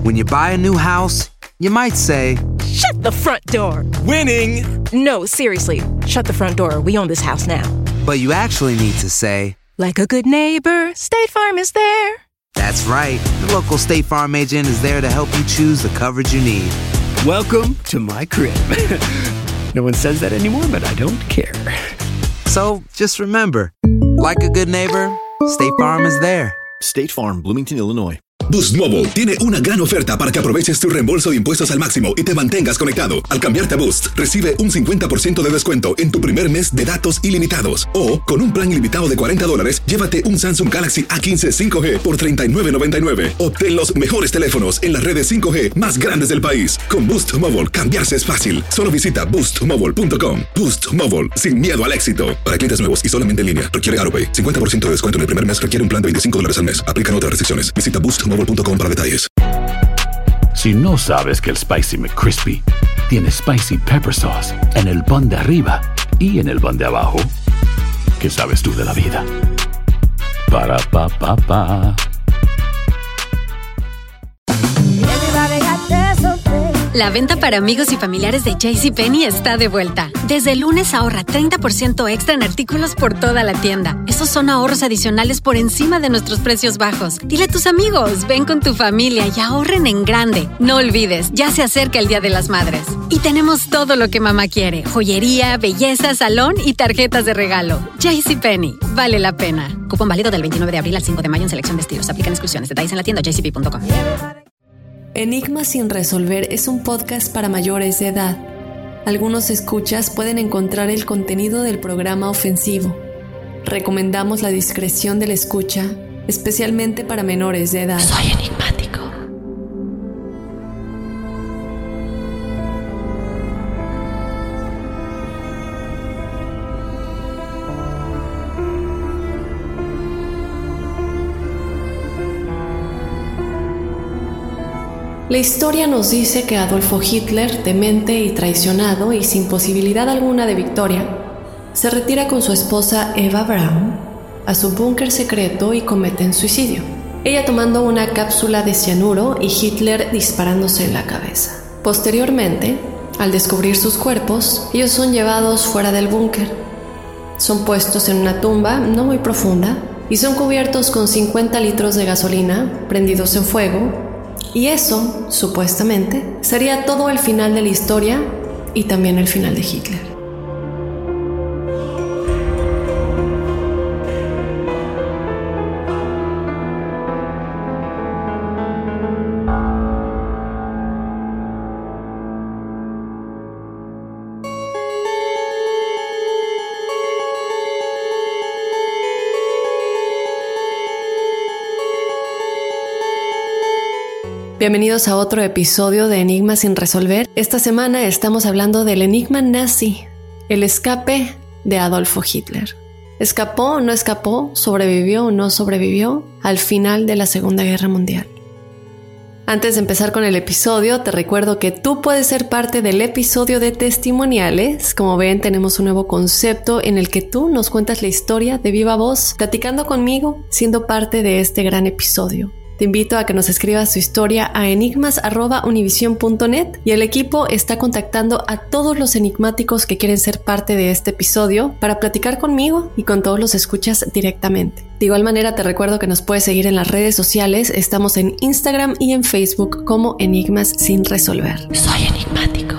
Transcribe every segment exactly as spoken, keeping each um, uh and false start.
When you buy a new house, you might say, "Shut the front door." Winning! No, seriously, shut the front door. We own this house now. But you actually need to say, like a good neighbor, State Farm is there. That's right. The local State Farm agent is there to help you choose the coverage you need. Welcome to my crib. No one says that anymore, but I don't care. So, just remember, like a good neighbor, State Farm is there. State Farm, Bloomington, Illinois. Boost Mobile tiene una gran oferta para que aproveches tu reembolso de impuestos al máximo y te mantengas conectado. Al cambiarte a Boost, recibe un cincuenta por ciento de descuento en tu primer mes de datos ilimitados. O, con un plan ilimitado de cuarenta dólares, llévate un Samsung Galaxy A quince cinco G por treinta y nueve noventa y nueve. Obtén los mejores teléfonos en las redes cinco G más grandes del país. Con Boost Mobile, cambiarse es fácil. Solo visita boost mobile punto com. Boost Mobile, sin miedo al éxito. Para clientes nuevos y solamente en línea, requiere AutoPay. cincuenta por ciento de descuento en el primer mes, requiere un plan de veinticinco dólares al mes. Aplican otras restricciones. Visita boost mobile punto com para detalles. Si no sabes que el Spicy McCrispy tiene Spicy Pepper Sauce en el pan de arriba y en el pan de abajo, ¿qué sabes tú de la vida? Para, pa, pa, pa. La venta para amigos y familiares de JCPenney está de vuelta. Desde el lunes ahorra treinta por ciento extra en artículos por toda la tienda. Esos son ahorros adicionales por encima de nuestros precios bajos. Dile a tus amigos, ven con tu familia y ahorren en grande. No olvides, ya se acerca el Día de las Madres. Y tenemos todo lo que mamá quiere. Joyería, belleza, salón y tarjetas de regalo. JCPenney, vale la pena. Cupón válido del veintinueve de abril al cinco de mayo en selección de estilos. Aplican exclusiones. Detalles en la tienda j c p punto com. Enigmas sin resolver es un podcast para mayores de edad. Algunos escuchas pueden encontrar el contenido del programa ofensivo. Recomendamos la discreción de la escucha, especialmente para menores de edad. Soy enigmático. La historia nos dice que Adolfo Hitler, demente y traicionado y sin posibilidad alguna de victoria, se retira con su esposa Eva Braun a su búnker secreto y cometen suicidio. Ella tomando una cápsula de cianuro y Hitler disparándose en la cabeza. Posteriormente, al descubrir sus cuerpos, ellos son llevados fuera del búnker. Son puestos en una tumba no muy profunda y son cubiertos con cincuenta litros de gasolina prendidos en fuego. Y eso, supuestamente, sería todo el final de la historia y también el final de Hitler. Bienvenidos a otro episodio de Enigmas sin resolver. Esta semana estamos hablando del enigma nazi, el escape de Adolfo Hitler. ¿Escapó o no escapó? ¿Sobrevivió o no sobrevivió al final de la Segunda Guerra Mundial? Antes de empezar con el episodio, te recuerdo que tú puedes ser parte del episodio de testimoniales. Como ven, tenemos un nuevo concepto en el que tú nos cuentas la historia de viva voz, platicando conmigo, siendo parte de este gran episodio. Te invito a que nos escribas tu historia a enigmas arroba univision punto net y el equipo está contactando a todos los enigmáticos que quieren ser parte de este episodio para platicar conmigo y con todos los escuchas directamente. De igual manera te recuerdo que nos puedes seguir en las redes sociales. Estamos en Instagram y en Facebook como Enigmas sin resolver. Soy enigmático.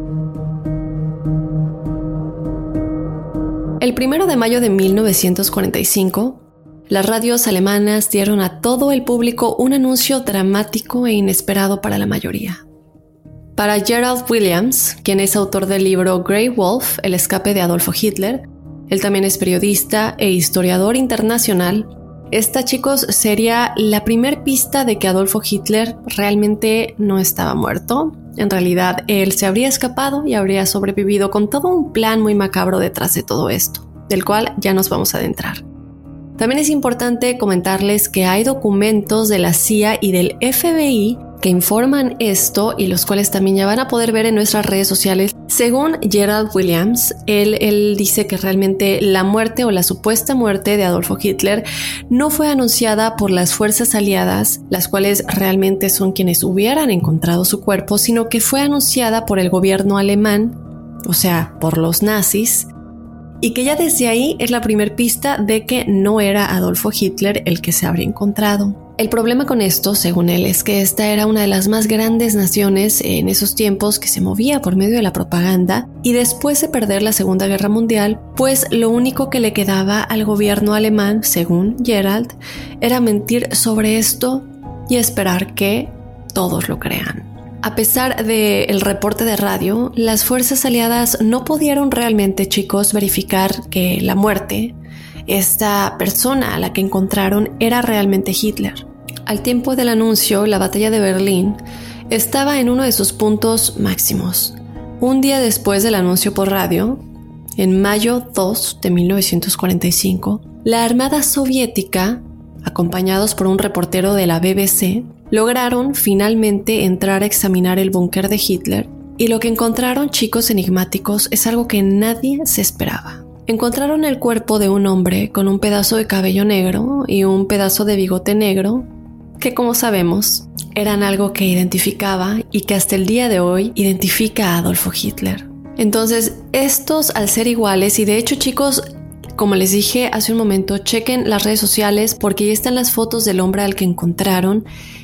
El primero de mayo de mil novecientos cuarenta y cinco, las radios alemanas dieron a todo el público un anuncio dramático e inesperado para la mayoría. Para Gerald Williams, quien es autor del libro Grey Wolf, El escape de Adolfo Hitler, él también es periodista e historiador internacional, esta, chicos, sería la primer pista de que Adolfo Hitler realmente no estaba muerto. En realidad, él se habría escapado y habría sobrevivido con todo un plan muy macabro detrás de todo esto, del cual ya nos vamos a adentrar. También es importante comentarles que hay documentos de la C I A y del F B I que informan esto y los cuales también ya van a poder ver en nuestras redes sociales Según Gerald Williams, él, él dice que realmente la muerte o la supuesta muerte de Adolfo Hitler no fue anunciada por las fuerzas aliadas, las cuales realmente son quienes hubieran encontrado su cuerpo, sino que fue anunciada por el gobierno alemán, o sea, por los nazis, y que ya desde ahí es la primer pista de que no era Adolfo Hitler el que se habría encontrado. El problema con esto, según él, es que esta era una de las más grandes naciones en esos tiempos que se movía por medio de la propaganda, y después de perder la Segunda Guerra Mundial, pues lo único que le quedaba al gobierno alemán, según Gerald, era mentir sobre esto y esperar que todos lo crean. A pesar del reporte de radio, las fuerzas aliadas no pudieron realmente, chicos, verificar que la muerte, esta persona a la que encontraron, era realmente Hitler. Al tiempo del anuncio, la batalla de Berlín estaba en uno de sus puntos máximos. Un día después del anuncio por radio, en mayo dos de mil novecientos cuarenta y cinco, la Armada Soviética, acompañados por un reportero de la B B C, lograron finalmente entrar a examinar el búnker de Hitler, y lo que encontraron, chicos enigmáticos, es algo que nadie se esperaba. Encontraron el cuerpo de un hombre con un pedazo de cabello negro y un pedazo de bigote negro, que como sabemos eran algo que identificaba y que hasta el día de hoy identifica a Adolfo Hitler. Entonces, estos al ser iguales, y de hecho, chicos, como les dije hace un momento, chequen las redes sociales porque ahí están las fotos del hombre al que encontraron,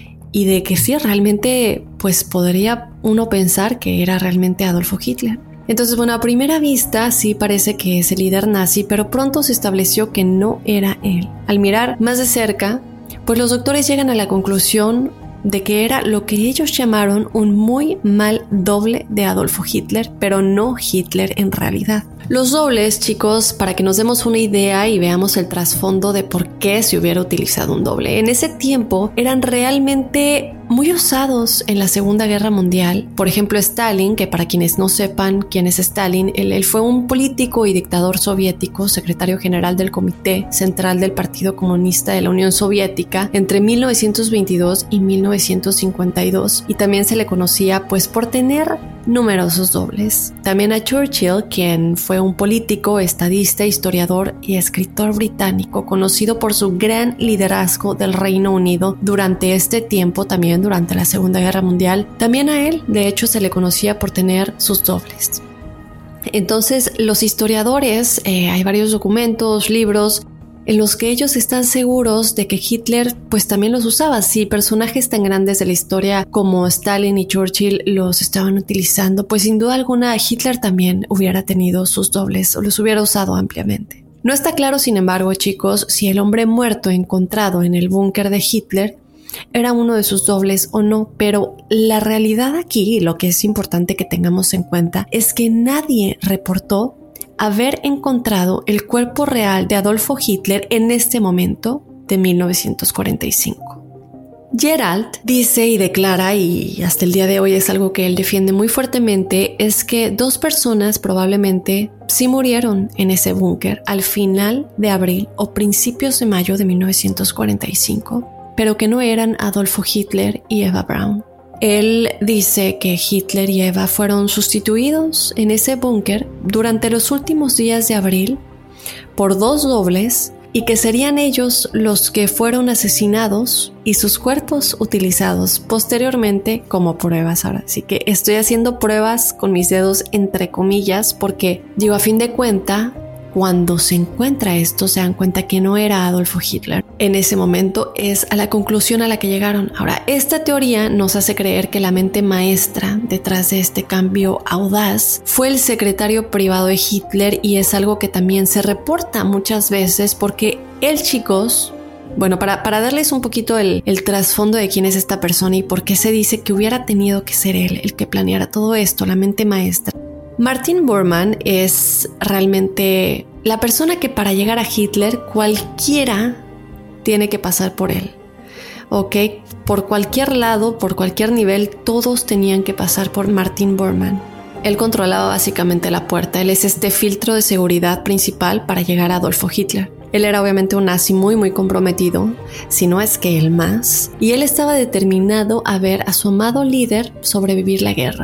y de que sí, realmente, pues podría uno pensar que era realmente Adolfo Hitler. Entonces, bueno, a primera vista sí parece que es el líder nazi, pero pronto se estableció que no era él. Al mirar más de cerca, pues los doctores llegan a la conclusión de que era lo que ellos llamaron un muy mal doble de Adolfo Hitler, pero no Hitler en realidad. Los dobles, chicos, para que nos demos una idea y veamos el trasfondo de por qué se hubiera utilizado un doble. En ese tiempo eran realmente muy usados en la Segunda Guerra Mundial. Por ejemplo, Stalin, que para quienes no sepan quién es Stalin, él, él fue un político y dictador soviético, secretario general del Comité Central del Partido Comunista de la Unión Soviética entre mil novecientos veintidós y mil novecientos cincuenta y dos, y también se le conocía pues por tener numerosos dobles. También a Churchill, quien fue un político, estadista, historiador y escritor británico, conocido por su gran liderazgo del Reino Unido durante este tiempo, también durante la Segunda Guerra Mundial. También a él, de hecho, se le conocía por tener sus dobles. Entonces, los historiadores, eh, hay varios documentos, libros, en los que ellos están seguros de que Hitler pues también los usaba. Si personajes tan grandes de la historia como Stalin y Churchill los estaban utilizando, pues sin duda alguna Hitler también hubiera tenido sus dobles o los hubiera usado ampliamente. No está claro, sin embargo, chicos, si el hombre muerto encontrado en el búnker de Hitler era uno de sus dobles o no, pero la realidad aquí, lo que es importante que tengamos en cuenta, es que nadie reportó haber encontrado el cuerpo real de Adolfo Hitler en este momento de mil novecientos cuarenta y cinco. Gerald dice y declara, y hasta el día de hoy es algo que él defiende muy fuertemente, es que dos personas probablemente sí murieron en ese búnker al final de abril o principios de mayo de mil novecientos cuarenta y cinco, pero que no eran Adolfo Hitler y Eva Braun. Él dice que Hitler y Eva fueron sustituidos en ese búnker durante los últimos días de abril por dos dobles y que serían ellos los que fueron asesinados y sus cuerpos utilizados posteriormente como pruebas. Ahora sí que estoy haciendo pruebas con mis dedos entre comillas porque, digo, a fin de cuenta, cuando se encuentra esto, se dan cuenta que no era Adolfo Hitler. En ese momento es a la conclusión a la que llegaron. Ahora, esta teoría nos hace creer que la mente maestra detrás de este cambio audaz fue el secretario privado de Hitler, y es algo que también se reporta muchas veces porque él, chicos, bueno, para, para darles un poquito el, el trasfondo de quién es esta persona y por qué se dice que hubiera tenido que ser él el que planeara todo esto, la mente maestra. Martin Bormann es realmente la persona que para llegar a Hitler cualquiera tiene que pasar por él, ¿ok? Por cualquier lado, por cualquier nivel, todos tenían que pasar por Martin Bormann. Él controlaba básicamente la puerta, él es este filtro de seguridad principal para llegar a Adolfo Hitler. Él era obviamente un nazi muy muy comprometido, si no es que el más, y él estaba determinado a ver a su amado líder sobrevivir la guerra.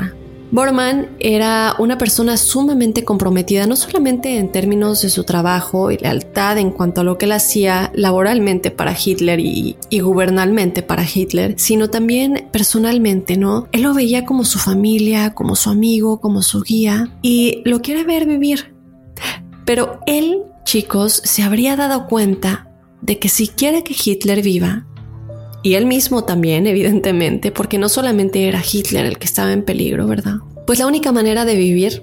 Bormann era una persona sumamente comprometida, no solamente en términos de su trabajo y lealtad en cuanto a lo que él hacía laboralmente para Hitler y, y gubernamentalmente para Hitler, sino también personalmente, ¿no? Él lo veía como su familia, como su amigo, como su guía y lo quiere ver vivir. Pero él, chicos, se habría dado cuenta de que si quiere que Hitler viva, y él mismo también, evidentemente, porque no solamente era Hitler el que estaba en peligro, ¿verdad? Pues la única manera de vivir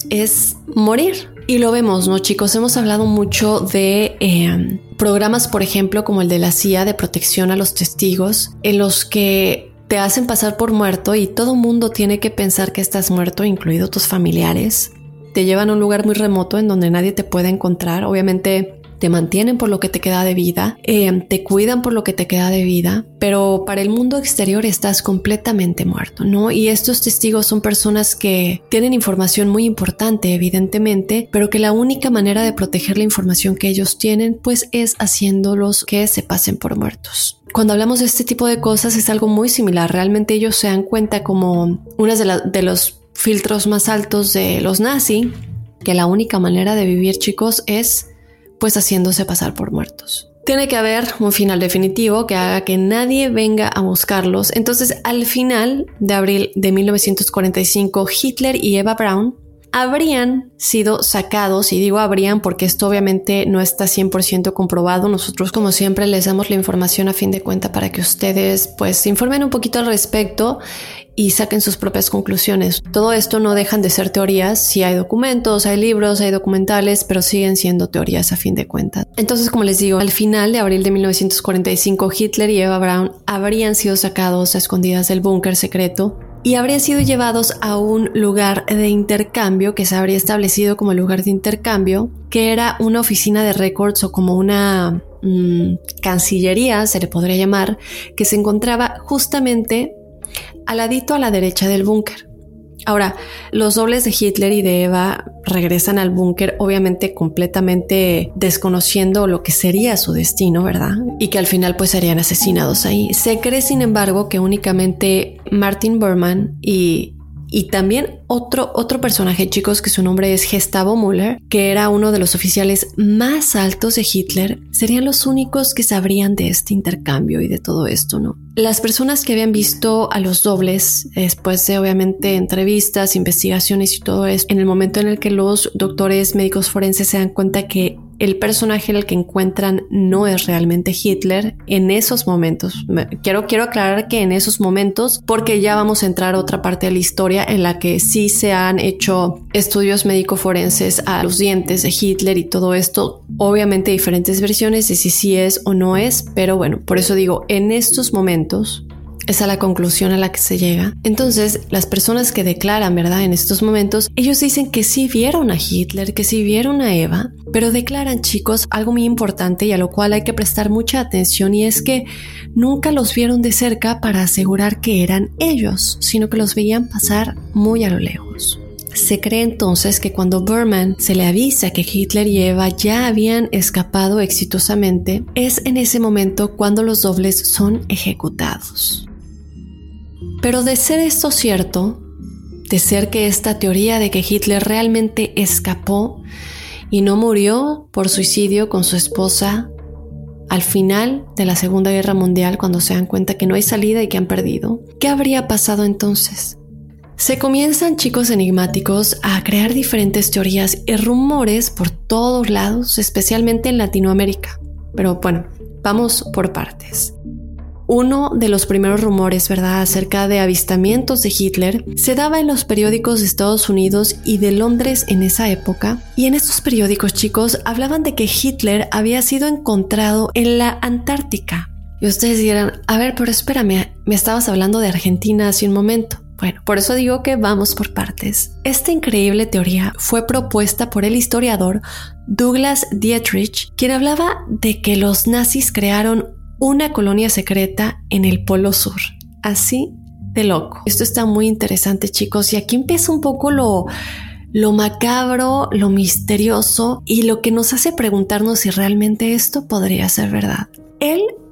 es morir. Y lo vemos, ¿no, chicos? Hemos hablado mucho de eh, programas, por ejemplo, como el de la C I A de protección a los testigos, en los que te hacen pasar por muerto y todo mundo tiene que pensar que estás muerto, incluido tus familiares. Te llevan a un lugar muy remoto en donde nadie te puede encontrar. Obviamente te mantienen por lo que te queda de vida, eh, te cuidan por lo que te queda de vida, pero para el mundo exterior estás completamente muerto, ¿no? Y estos testigos son personas que tienen información muy importante, evidentemente, pero que la única manera de proteger la información que ellos tienen, pues es haciéndolos que se pasen por muertos. Cuando hablamos de este tipo de cosas es algo muy similar. Realmente ellos se dan cuenta como una de, la, de los filtros más altos de los nazis, que la única manera de vivir, chicos, es pues haciéndose pasar por muertos. Tiene que haber un final definitivo que haga que nadie venga a buscarlos. Entonces, al final de abril de mil novecientos cuarenta y cinco, Hitler y Eva Braun habrían sido sacados, y digo habrían porque esto obviamente no está cien por ciento comprobado. Nosotros, como siempre, les damos la información a fin de cuenta para que ustedes pues se informen un poquito al respecto y saquen sus propias conclusiones. Todo esto no dejan de ser teorías. Sí hay documentos, hay libros, hay documentales, pero siguen siendo teorías a fin de cuentas. Entonces, como les digo, al final de abril de mil novecientos cuarenta y cinco, Hitler y Eva Braun habrían sido sacados a escondidas del búnker secreto y habrían sido llevados a un lugar de intercambio que se habría establecido como lugar de intercambio, que era una oficina de récords o como una mmm, cancillería, se le podría llamar, que se encontraba justamente al ladito a la derecha del búnker. Ahora, los dobles de Hitler y de Eva regresan al búnker, obviamente completamente desconociendo lo que sería su destino, ¿verdad? Y que al final pues serían asesinados ahí. Se cree, sin embargo, que únicamente Martin Bormann y Y también otro, otro personaje, chicos, que su nombre es Gustavo Müller, que era uno de los oficiales más altos de Hitler, serían los únicos que sabrían de este intercambio y de todo esto, ¿no? Las personas que habían visto a los dobles, después de obviamente entrevistas, investigaciones y todo esto, en el momento en el que los doctores médicos forenses se dan cuenta que el personaje el que encuentran no es realmente Hitler en esos momentos. Quiero, quiero aclarar que en esos momentos, porque ya vamos a entrar a otra parte de la historia en la que sí se han hecho estudios médico-forenses a los dientes de Hitler y todo esto. Obviamente diferentes versiones de si sí es o no es, pero bueno, por eso digo, en estos momentos es a la conclusión a la que se llega. Entonces, las personas que declaran, ¿verdad? En estos momentos, ellos dicen que sí vieron a Hitler, que sí vieron a Eva, pero declaran, chicos, algo muy importante y a lo cual hay que prestar mucha atención, y es que nunca los vieron de cerca para asegurar que eran ellos, sino que los veían pasar muy a lo lejos. Se cree entonces que cuando Bormann se le avisa que Hitler y Eva ya habían escapado exitosamente, es en ese momento cuando los dobles son ejecutados. Pero de ser esto cierto, de ser que esta teoría de que Hitler realmente escapó y no murió por suicidio con su esposa al final de la Segunda Guerra Mundial, cuando se dan cuenta que no hay salida y que han perdido, ¿qué habría pasado entonces? Se comienzan, chicos enigmáticos, a crear diferentes teorías y rumores por todos lados, especialmente en Latinoamérica. Pero bueno, vamos por partes. Uno de los primeros rumores, ¿verdad?, acerca de avistamientos de Hitler se daba en los periódicos de Estados Unidos y de Londres en esa época. Y en estos periódicos, chicos, hablaban de que Hitler había sido encontrado en la Antártica. Y ustedes dirán, a ver, pero espérame, me estabas hablando de Argentina hace un momento. Bueno, por eso digo que vamos por partes. Esta increíble teoría fue propuesta por el historiador Douglas Dietrich, quien hablaba de que los nazis crearon una colonia secreta en el Polo Sur. Así de loco. Esto está muy interesante, chicos, y aquí empieza un poco lo, lo macabro, lo misterioso y lo que nos hace preguntarnos si realmente esto podría ser verdad. Él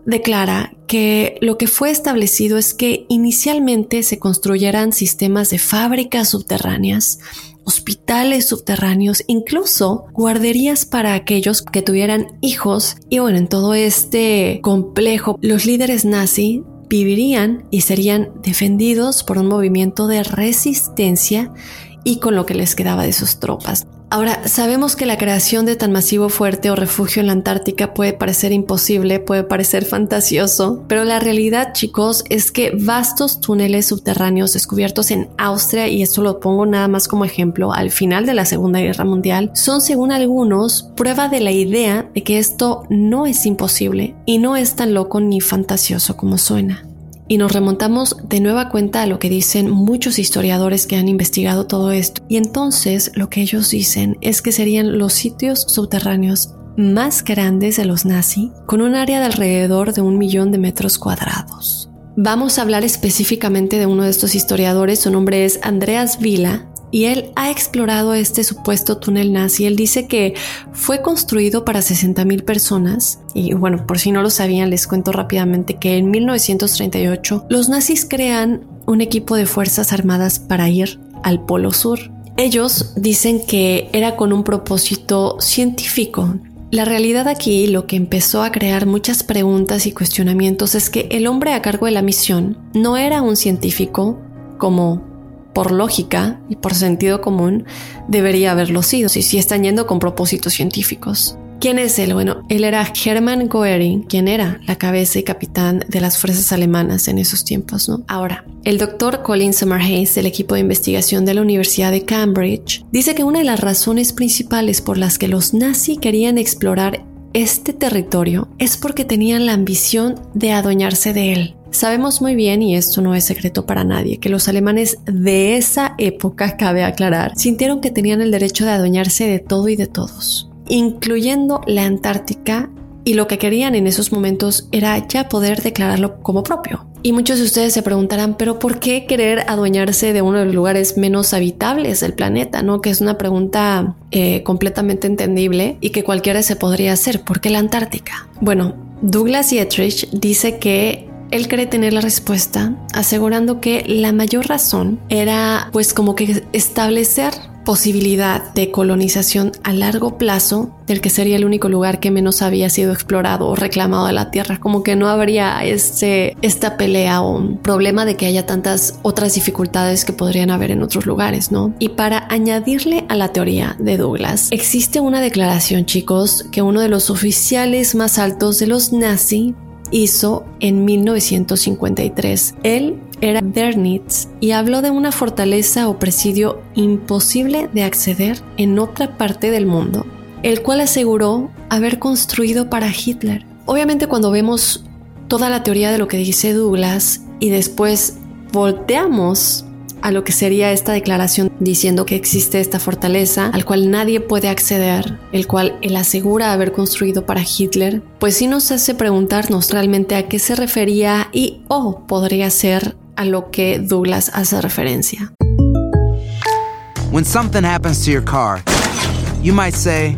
declara que lo que fue establecido es que inicialmente se construyeran sistemas de fábricas subterráneas, hospitales subterráneos, incluso guarderías para aquellos que tuvieran hijos. Y bueno, en todo este complejo, los líderes nazi vivirían y serían defendidos por un movimiento de resistencia y con lo que les quedaba de sus tropas. Ahora, sabemos que la creación de tan masivo fuerte o refugio en la Antártica puede parecer imposible, puede parecer fantasioso, pero la realidad, chicos, es que vastos túneles subterráneos descubiertos en Austria, y esto lo pongo nada más como ejemplo, al final de la Segunda Guerra Mundial, son, según algunos, prueba de la idea de que esto no es imposible y no es tan loco ni fantasioso como suena. Y nos remontamos de nueva cuenta a lo que dicen muchos historiadores que han investigado todo esto. Y entonces lo que ellos dicen es que serían los sitios subterráneos más grandes de los nazi, con un área de alrededor de un millón de metros cuadrados. Vamos a hablar específicamente de uno de estos historiadores. Su nombre es Andreas Villa, y él ha explorado este supuesto túnel nazi. Él dice que fue construido para sesenta mil personas. Y bueno, por si no lo sabían, les cuento rápidamente que en mil novecientos treinta y ocho los nazis crean un equipo de fuerzas armadas para ir al Polo Sur. Ellos dicen que era con un propósito científico. La realidad aquí, lo que empezó a crear muchas preguntas y cuestionamientos, es que el hombre a cargo de la misión no era un científico como por lógica y por sentido común debería haberlo sido, si sí están yendo con propósitos científicos. ¿Quién es él? Bueno, él era Hermann Göring, quien era la cabeza y capitán de las fuerzas alemanas en esos tiempos, ¿no? Ahora, el doctor Colin Summerhayes, del equipo de investigación de la Universidad de Cambridge, dice que una de las razones principales por las que los nazis querían explorar este territorio es porque tenían la ambición de adueñarse de él. Sabemos muy bien, y esto no es secreto para nadie, que los alemanes de esa época, cabe aclarar, sintieron que tenían el derecho de adueñarse de todo y de todos, incluyendo la Antártica, y lo que querían en esos momentos era ya poder declararlo como propio. Y muchos de ustedes se preguntarán, ¿pero por qué querer adueñarse de uno de los lugares menos habitables del planeta? ¿No? Que es una pregunta eh, completamente entendible y que cualquiera se podría hacer. ¿Por qué la Antártica? Bueno, Douglas Dietrich dice que él cree tener la respuesta, asegurando que la mayor razón era pues como que establecer posibilidad de colonización a largo plazo del que sería el único lugar que menos había sido explorado o reclamado de la Tierra. Como que no habría este, esta pelea o problema de que haya tantas otras dificultades que podrían haber en otros lugares, ¿no? Y para añadirle a la teoría de Douglas, existe una declaración, chicos, que uno de los oficiales más altos de los nazi hizo en mil novecientos cincuenta y tres. Él era Dernitz y habló de una fortaleza o presidio imposible de acceder en otra parte del mundo, el cual aseguró haber construido para Hitler. Obviamente, cuando vemos toda la teoría de lo que dice Douglas y después volteamos a lo que sería esta declaración diciendo que existe esta fortaleza al cual nadie puede acceder, el cual él asegura haber construido para Hitler, pues sí nos hace preguntarnos realmente a qué se refería y o oh, podría ser a lo que Douglas hace referencia. When something happens to your car, you might say,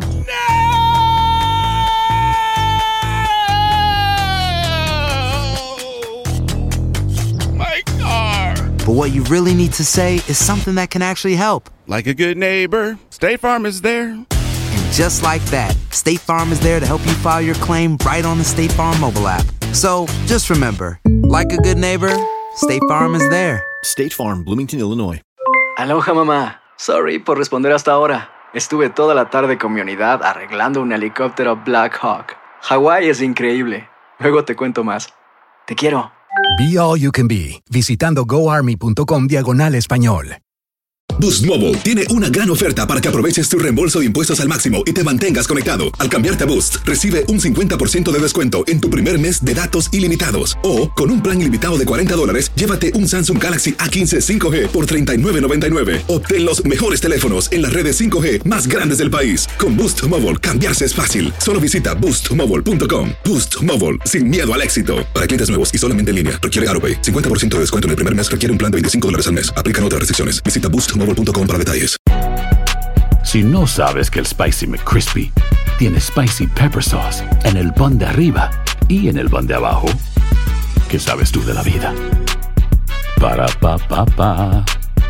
but what you really need to say is something that can actually help. Like a good neighbor, State Farm is there. And just like that, State Farm is there to help you file your claim right on the State Farm mobile app. So just remember, like a good neighbor, State Farm is there. State Farm, Bloomington, Illinois. Aloha, mamá. Sorry por responder hasta ahora. Estuve toda la tarde con mi unidad arreglando un helicóptero Black Hawk. Hawái es increíble. Luego te cuento más. Te quiero. Be All You Can Be, visitando goarmy.com diagonal español. Boost Mobile tiene una gran oferta para que aproveches tu reembolso de impuestos al máximo y te mantengas conectado. Al cambiarte a Boost, recibe un cincuenta por ciento de descuento en tu primer mes de datos ilimitados. O, con un plan ilimitado de cuarenta dólares, llévate un Samsung Galaxy A quince cinco G por treinta y nueve noventa y nueve. Obtén los mejores teléfonos en las redes cinco G más grandes del país. Con Boost Mobile, cambiarse es fácil. Solo visita boost mobile punto com. Boost Mobile, sin miedo al éxito. Para clientes nuevos y solamente en línea, requiere AutoPay. cincuenta por ciento de descuento en el primer mes, requiere un plan de veinticinco dólares al mes. Aplican otras restricciones. Visita boost mobile punto com para detalles. Si no sabes que el Spicy McCrispy tiene Spicy Pepper Sauce en el pan de arriba y en el van de abajo. ¿Qué sabes tú de la vida? Para pa pa pa.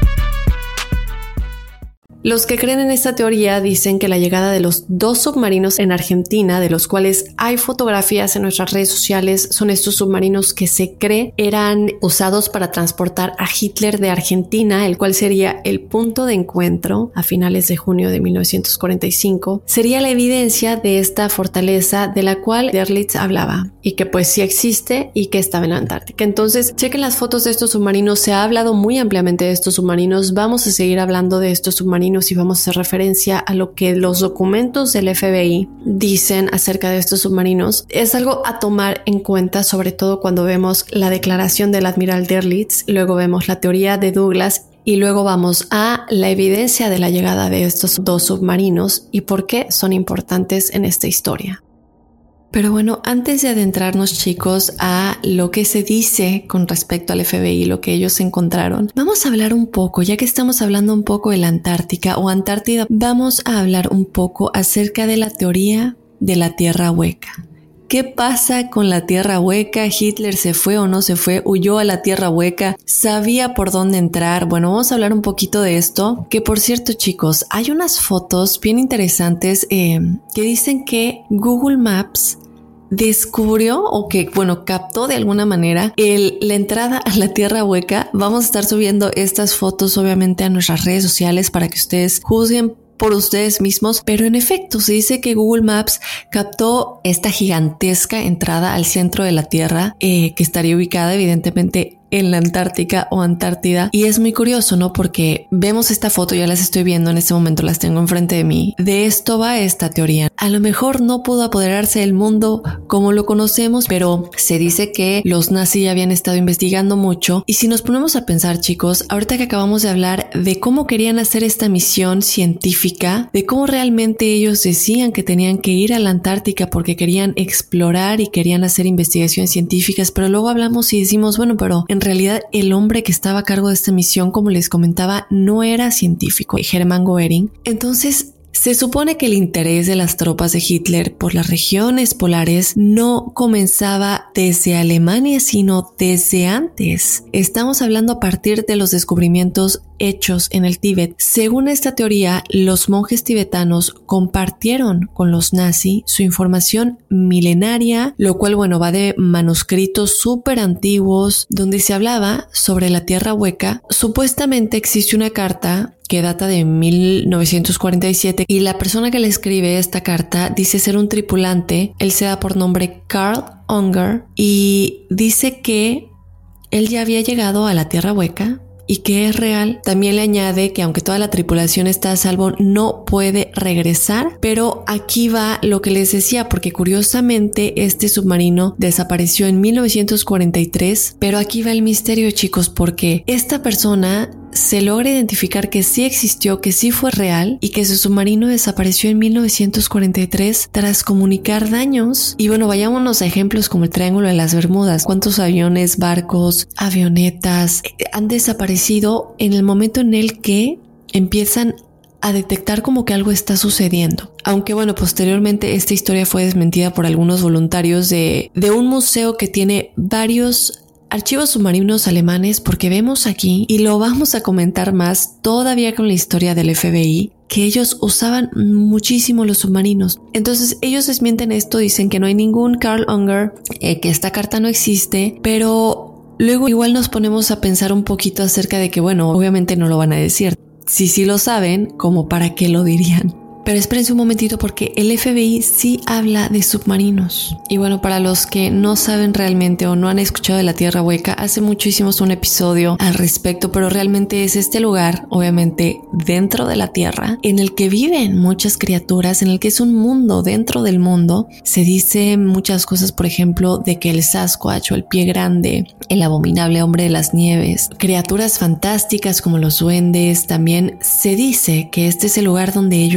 Los que creen en esta teoría dicen que la llegada de los dos submarinos en Argentina, de los cuales hay fotografías en nuestras redes sociales, son estos submarinos que se cree eran usados para transportar a Hitler de Argentina, el cual sería el punto de encuentro a finales de junio de mil novecientos cuarenta y cinco. Sería la evidencia de esta fortaleza de la cual Derlitz hablaba y que pues sí existe y que estaba en la Antártica. Entonces, chequen las fotos de estos submarinos. Se ha hablado muy ampliamente de estos submarinos. Vamos a seguir hablando de estos submarinos y vamos a hacer referencia a lo que los documentos del F B I dicen acerca de estos submarinos. Es algo a tomar en cuenta, sobre todo cuando vemos la declaración del admiral Derlitz, luego vemos la teoría de Douglas y luego vamos a la evidencia de la llegada de estos dos submarinos y por qué son importantes en esta historia. Pero bueno, antes de adentrarnos, chicos, a lo que se dice con respecto al F B I, lo que ellos encontraron, vamos a hablar un poco, ya que estamos hablando un poco de la Antártica o Antártida, vamos a hablar un poco acerca de la teoría de la Tierra Hueca. ¿Qué pasa con la Tierra Hueca? ¿Hitler se fue o no se fue? ¿Huyó a la Tierra Hueca? ¿Sabía por dónde entrar? Bueno, vamos a hablar un poquito de esto. Que por cierto, chicos, hay unas fotos bien interesantes eh, que dicen que Google Maps descubrió o que, bueno, captó de alguna manera el, la entrada a la Tierra Hueca. Vamos a estar subiendo estas fotos obviamente a nuestras redes sociales para que ustedes juzguen por ustedes mismos, pero en efecto se dice que Google Maps captó esta gigantesca entrada al centro de la Tierra eh, que estaría ubicada evidentemente en la Antártica o Antártida. Y es muy curioso, ¿no? Porque vemos esta foto, ya las estoy viendo en este momento, las tengo enfrente de mí. De esto va esta teoría. A lo mejor no pudo apoderarse del mundo como lo conocemos, pero se dice que los nazis ya habían estado investigando mucho. Y si nos ponemos a pensar, chicos, ahorita que acabamos de hablar de cómo querían hacer esta misión científica, de cómo realmente ellos decían que tenían que ir a la Antártica porque querían explorar y querían hacer investigaciones científicas, pero luego hablamos y decimos, bueno, pero en realidad el hombre que estaba a cargo de esta misión, como les comentaba, no era científico, Hermann Göring. Entonces, se supone que el interés de las tropas de Hitler por las regiones polares no comenzaba desde Alemania, sino desde antes. Estamos hablando a partir de los descubrimientos hechos en el Tíbet. Según esta teoría, los monjes tibetanos compartieron con los nazis su información milenaria, lo cual, bueno, va de manuscritos súper antiguos donde se hablaba sobre la Tierra Hueca. Supuestamente existe una carta que data de mil novecientos cuarenta y siete y la persona que le escribe esta carta dice ser un tripulante. Él se da por nombre Carl Unger y dice que él ya había llegado a la Tierra Hueca y que es real. También le añade que aunque toda la tripulación está a salvo, no puede regresar. Pero aquí va lo que les decía, porque curiosamente este submarino desapareció en mil novecientos cuarenta y tres, pero aquí va el misterio, chicos, porque esta persona se logra identificar que sí existió, que sí fue real y que su submarino desapareció en mil novecientos cuarenta y tres tras comunicar daños. Y bueno, vayámonos a ejemplos como el Triángulo de las Bermudas. ¿Cuántos aviones, barcos, avionetas han desaparecido en el momento en el que empiezan a detectar como que algo está sucediendo? Aunque bueno, posteriormente esta historia fue desmentida por algunos voluntarios de, de un museo que tiene varios archivos submarinos alemanes, porque vemos aquí, y lo vamos a comentar más todavía con la historia del F B I, que ellos usaban muchísimo los submarinos. Entonces ellos desmienten esto, dicen que no hay ningún Carl Unger, eh, que esta carta no existe, pero luego igual nos ponemos a pensar un poquito acerca de que, bueno, obviamente no lo van a decir. Si sí lo saben, ¿como para qué lo dirían? Pero espérense un momentito, porque el F B I sí habla de submarinos. Y bueno, para los que no saben realmente o no han escuchado de la Tierra Hueca, hace mucho hicimos un episodio al respecto, pero realmente es este lugar, obviamente dentro de la Tierra, en el que viven muchas criaturas, en el que es un mundo dentro del mundo. Se dice muchas cosas, por ejemplo, de que el Sasquatch o el Pie Grande, el abominable hombre de las nieves, criaturas fantásticas como los duendes. También se dice que este es el lugar donde ellos viven,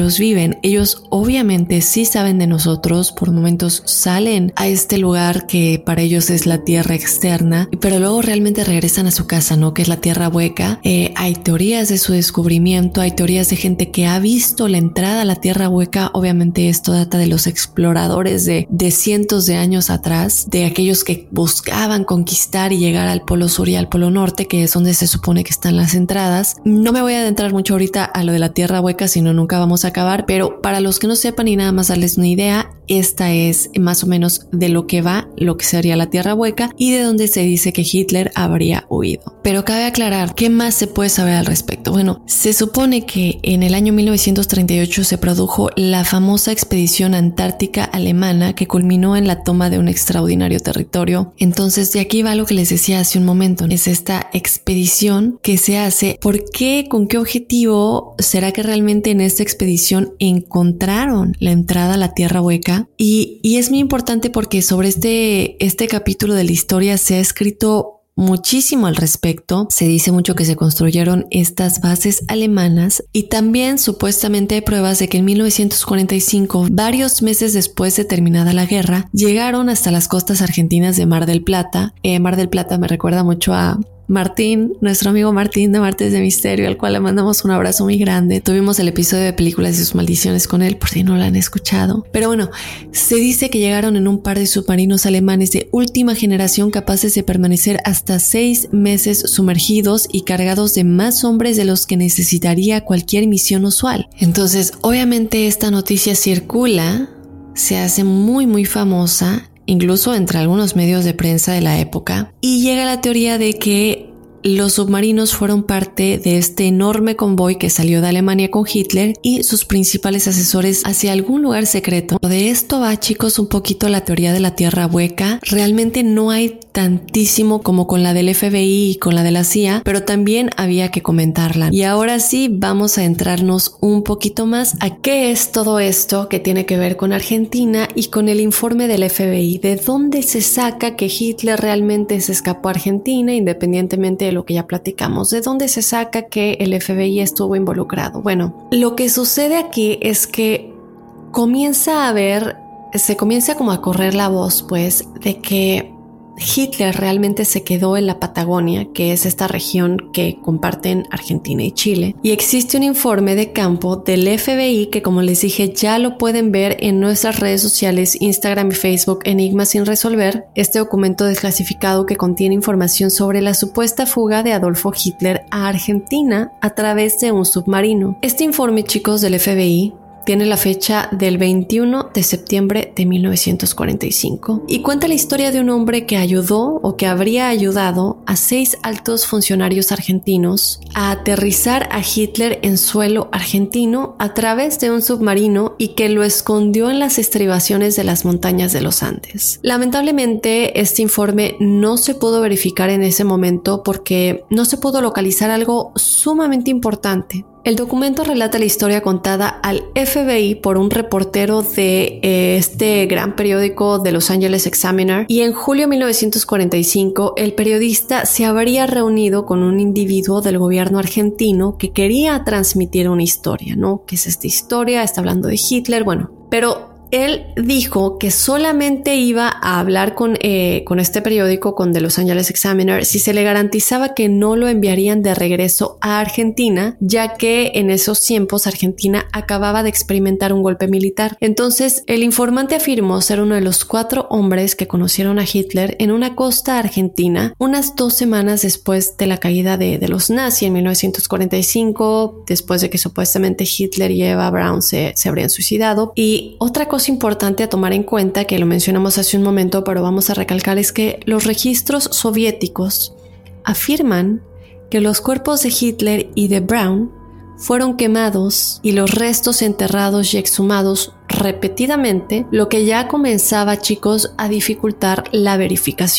vuelven. Ellos obviamente sí saben de nosotros, por momentos salen a este lugar que para ellos es la tierra externa, pero luego realmente regresan a su casa, ¿no? Que es la tierra hueca. Eh, hay teorías de su descubrimiento, hay teorías de gente que ha visto la entrada a la tierra hueca. Obviamente esto data de los exploradores de, de cientos de años atrás, de aquellos que buscaban conquistar y llegar al polo sur y al polo norte, que es donde se supone que están las entradas. No me voy a adentrar mucho ahorita a lo de la tierra hueca, si no nunca vamos a acabar, pero para los que no sepan y nada más darles una idea, esta es más o menos de lo que va lo que sería la tierra hueca y de donde se dice que Hitler habría huido. Pero cabe aclarar, ¿qué más se puede saber al respecto? Bueno, se supone que en el año mil novecientos treinta y ocho se produjo la famosa expedición antártica alemana que culminó en la toma de un extraordinario territorio. Entonces de aquí va lo que les decía hace un momento, es esta expedición que se hace. ¿Por qué? ¿Con qué objetivo? ¿Será que realmente en esta expedición encontraron la entrada a la tierra hueca? Y, y es muy importante porque sobre este, este capítulo de la historia se ha escrito muchísimo al respecto. Se dice mucho que se construyeron estas bases alemanas y también supuestamente hay pruebas de que en mil novecientos cuarenta y cinco, varios meses después de terminada la guerra, llegaron hasta las costas argentinas de Mar del Plata. Eh, Mar del Plata me recuerda mucho a Martín, nuestro amigo Martín de Martes de Misterio, al cual le mandamos un abrazo muy grande. Tuvimos el episodio de películas y sus maldiciones con él, por si no lo han escuchado. Pero bueno, se dice que llegaron en un par de submarinos alemanes de última generación capaces de permanecer hasta seis meses sumergidos y cargados de más hombres de los que necesitaría cualquier misión usual. Entonces, obviamente esta noticia circula, se hace muy muy famosa, incluso entre algunos medios de prensa de la época, y llega la teoría de que los submarinos fueron parte de este enorme convoy que salió de Alemania con Hitler y sus principales asesores hacia algún lugar secreto. De esto va, chicos, un poquito la teoría de la tierra hueca. Realmente no hay tantísimo como con la del F B I y con la de la C I A, pero también había que comentarla. Y ahora sí vamos a entrarnos un poquito más a qué es todo esto que tiene que ver con Argentina y con el informe del F B I. ¿De dónde se saca que Hitler realmente se escapó a Argentina, independientemente de lo que ya platicamos? ¿De dónde se saca que el F B I estuvo involucrado? Bueno, lo que sucede aquí es que comienza a haber, se comienza como a correr la voz, pues, de que Hitler realmente se quedó en la Patagonia, que es esta región que comparten Argentina y Chile. Y existe un informe de campo del F B I que, como les dije, ya lo pueden ver en nuestras redes sociales, Instagram y Facebook, Enigmas sin resolver. Este documento desclasificado que contiene información sobre la supuesta fuga de Adolfo Hitler a Argentina a través de un submarino. Este informe, chicos, del F B I tiene la fecha del veintiuno de septiembre de mil novecientos cuarenta y cinco y cuenta la historia de un hombre que ayudó o que habría ayudado a seis altos funcionarios argentinos a aterrizar a Hitler en suelo argentino a través de un submarino y que lo escondió en las estribaciones de las montañas de los Andes. Lamentablemente, este informe no se pudo verificar en ese momento porque no se pudo localizar algo sumamente importante. El documento relata la historia contada al F B I por un reportero de eh, este gran periódico de Los Angeles Examiner, y en julio de mil novecientos cuarenta y cinco el periodista se habría reunido con un individuo del gobierno argentino que quería transmitir una historia, ¿no? ¿Qué es esta historia? Está hablando de Hitler, bueno, pero él dijo que solamente iba a hablar con, eh, con este periódico, con The Los Angeles Examiner, si se le garantizaba que no lo enviarían de regreso a Argentina, ya que en esos tiempos Argentina acababa de experimentar un golpe militar. Entonces, el informante afirmó ser uno de los cuatro hombres que conocieron a Hitler en una costa argentina unas dos semanas después de la caída de, de los nazis en mil novecientos cuarenta y cinco, después de que supuestamente Hitler y Eva Braun se, se habrían suicidado. Y otra cosa importante a tomar en cuenta, que lo mencionamos hace un momento, pero vamos a recalcar, es que los registros soviéticos afirman que los cuerpos de Hitler y de Braun fueron quemados y los restos enterrados y exhumados repetidamente, lo que ya comenzaba, chicos, a dificultar la verificación.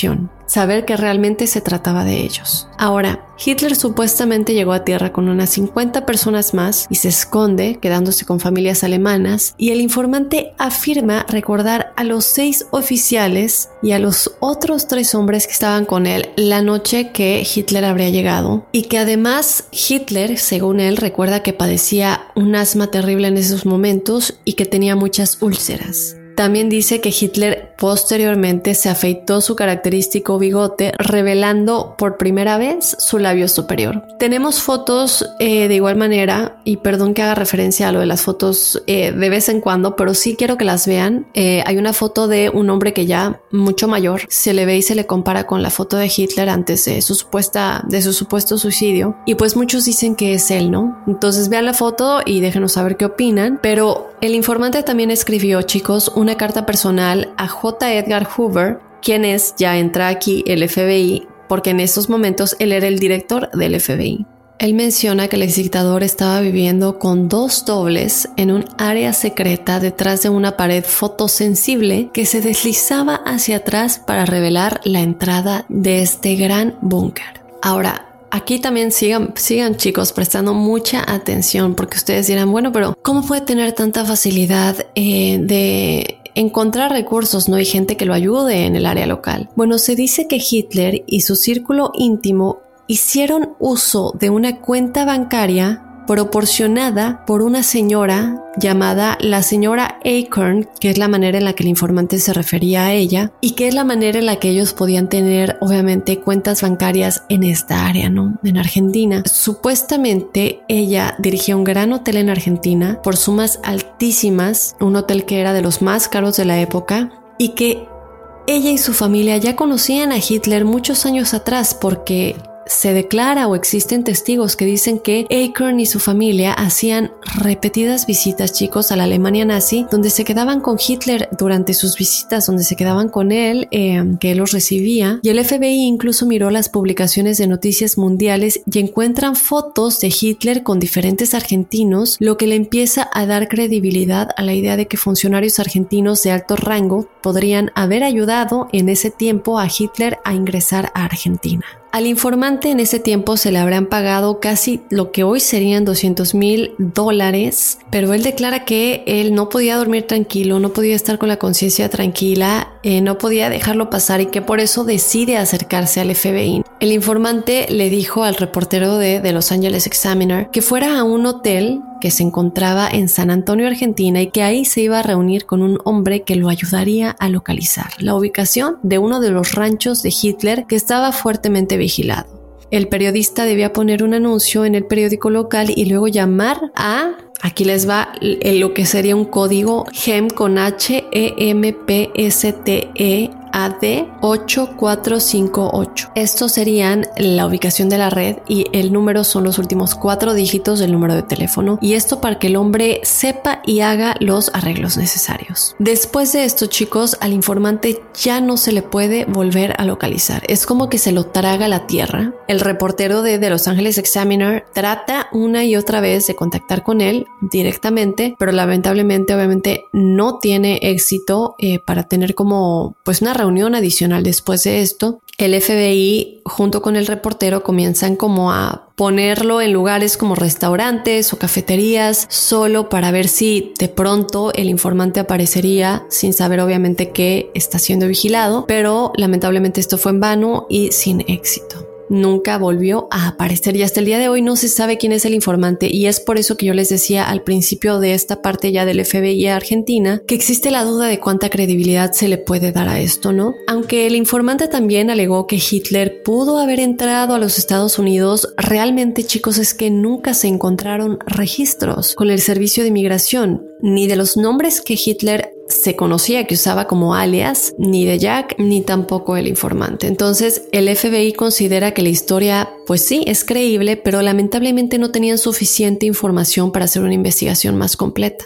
saber que realmente se trataba de ellos. Ahora, Hitler supuestamente llegó a tierra con unas cincuenta personas más y se esconde, quedándose con familias alemanas, y el informante afirma recordar a los seis oficiales y a los otros tres hombres que estaban con él la noche que Hitler habría llegado, y que además Hitler, según él, recuerda que padecía un asma terrible en esos momentos y que tenía muchas úlceras. También dice que Hitler posteriormente se afeitó su característico bigote, revelando por primera vez su labio superior. Tenemos fotos eh, de igual manera, y perdón que haga referencia a lo de las fotos eh, de vez en cuando, pero sí quiero que las vean. Eh, hay una foto de un hombre que ya mucho mayor se le ve y se le compara con la foto de Hitler antes de su supuesta, de su supuesto suicidio, y pues muchos dicen que es él, ¿no? Entonces vean la foto y déjenos saber qué opinan. Pero el informante también escribió, chicos, una carta personal a J. Edgar Hoover, quien es, ya entra aquí, el F B I, porque en estos momentos él era el director del F B I. Él menciona que el exdictador estaba viviendo con dos dobles en un área secreta detrás de una pared fotosensible que se deslizaba hacia atrás para revelar la entrada de este gran búnker. Ahora, aquí también sigan, sigan chicos prestando mucha atención, porque ustedes dirán, bueno, pero ¿cómo puede tener tanta facilidad eh, de encontrar recursos, no hay gente que lo ayude en el área local? Bueno, se dice que Hitler y su círculo íntimo hicieron uso de una cuenta bancaria proporcionada por una señora llamada la señora Acorn, que es la manera en la que el informante se refería a ella, y que es la manera en la que ellos podían tener, obviamente, cuentas bancarias en esta área, ¿no? En Argentina. Supuestamente ella dirigía un gran hotel en Argentina por sumas altísimas, un hotel que era de los más caros de la época, y que ella y su familia ya conocían a Hitler muchos años atrás, porque se declara o existen testigos que dicen que Acorn y su familia hacían repetidas visitas, chicos, a la Alemania nazi, donde se quedaban con Hitler durante sus visitas, donde se quedaban con él, eh, que él los recibía. Y el F B I incluso miró las publicaciones de noticias mundiales y encuentran fotos de Hitler con diferentes argentinos, lo que le empieza a dar credibilidad a la idea de que funcionarios argentinos de alto rango podrían haber ayudado en ese tiempo a Hitler a ingresar a Argentina. Al informante en ese tiempo se le habrán pagado casi lo que hoy serían doscientos mil dólares, pero él declara que él no podía dormir tranquilo, no podía estar con la conciencia tranquila, eh, no podía dejarlo pasar, y que por eso decide acercarse al F B I. El informante le dijo al reportero de The Los Angeles Examiner que fuera a un hotel que se encontraba en San Antonio, Argentina, y que ahí se iba a reunir con un hombre que lo ayudaría a localizar la ubicación de uno de los ranchos de Hitler que estaba fuertemente vigilado. El periodista debía poner un anuncio en el periódico local y luego llamar a, aquí les va lo que sería un código H E M con H E M P S T E A D ocho cuatro cinco ocho. Estos serían la ubicación de la red y el número son los últimos cuatro dígitos del número de teléfono, y esto para que el hombre sepa y haga los arreglos necesarios. Después de esto, chicos, al informante ya no se le puede volver a localizar. Es como que se lo traga la tierra. El reportero de The Los Angeles Examiner trata una y otra vez de contactar con él directamente, pero lamentablemente obviamente no tiene éxito eh, para tener como pues una reunión adicional. Después de esto, el F B I junto con el reportero comienzan como a ponerlo en lugares como restaurantes o cafeterías solo para ver si de pronto el informante aparecería, sin saber obviamente que está siendo vigilado, pero lamentablemente esto fue en vano y sin éxito. Nunca volvió a aparecer y hasta el día de hoy no se sabe quién es el informante, y es por eso que yo les decía al principio de esta parte ya del F B I Argentina que existe la duda de cuánta credibilidad se le puede dar a esto, ¿no? Aunque el informante también alegó que Hitler pudo haber entrado a los Estados Unidos, realmente, chicos, es que nunca se encontraron registros con el servicio de inmigración, ni de los nombres que Hitler se conocía que usaba como alias, ni de Jack, ni tampoco el informante. Entonces el F B I considera que la historia, pues sí, es creíble, pero lamentablemente no tenían suficiente información para hacer una investigación más completa.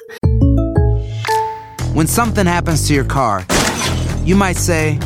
When something happens to your car, you might say,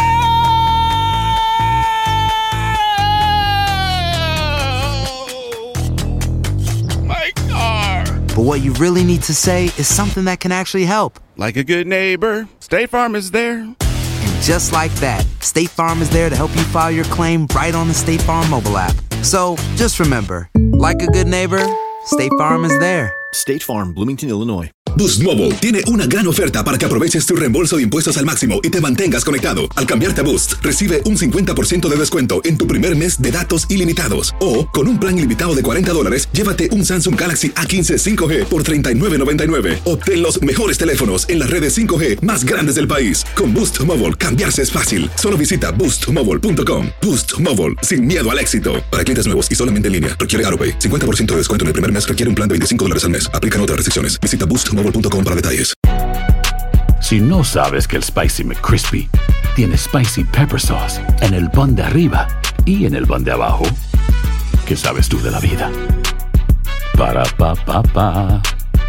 but what you really need to say is something that can actually help. Like a good neighbor, State Farm is there. And Just like that, State Farm is there to help you file your claim right on the State Farm mobile app. So, just remember, like a good neighbor, State Farm is there. State Farm, Bloomington, Illinois. Boost Mobile tiene una gran oferta para que aproveches tu reembolso de impuestos al máximo y te mantengas conectado. Al cambiarte a Boost, recibe un cincuenta por ciento de descuento en tu primer mes de datos ilimitados. O, con un plan ilimitado de cuarenta dólares, llévate un Samsung Galaxy A quince cinco G por treinta y nueve noventa y nueve. Obtén los mejores teléfonos en las redes cinco G más grandes del país. Con Boost Mobile, cambiarse es fácil. Solo visita boost mobile punto com. Boost Mobile, sin miedo al éxito. Para clientes nuevos y solamente en línea, requiere AutoPay. cincuenta por ciento de descuento en el primer mes, requiere un plan de veinticinco dólares al mes. Aplican otras restricciones. Visita boost mobile punto com para detalles. Si no sabes que el Spicy McCrispy tiene Spicy Pepper Sauce en el pan de arriba y en el pan de abajo, ¿qué sabes tú de la vida? Para, pa, pa, pa.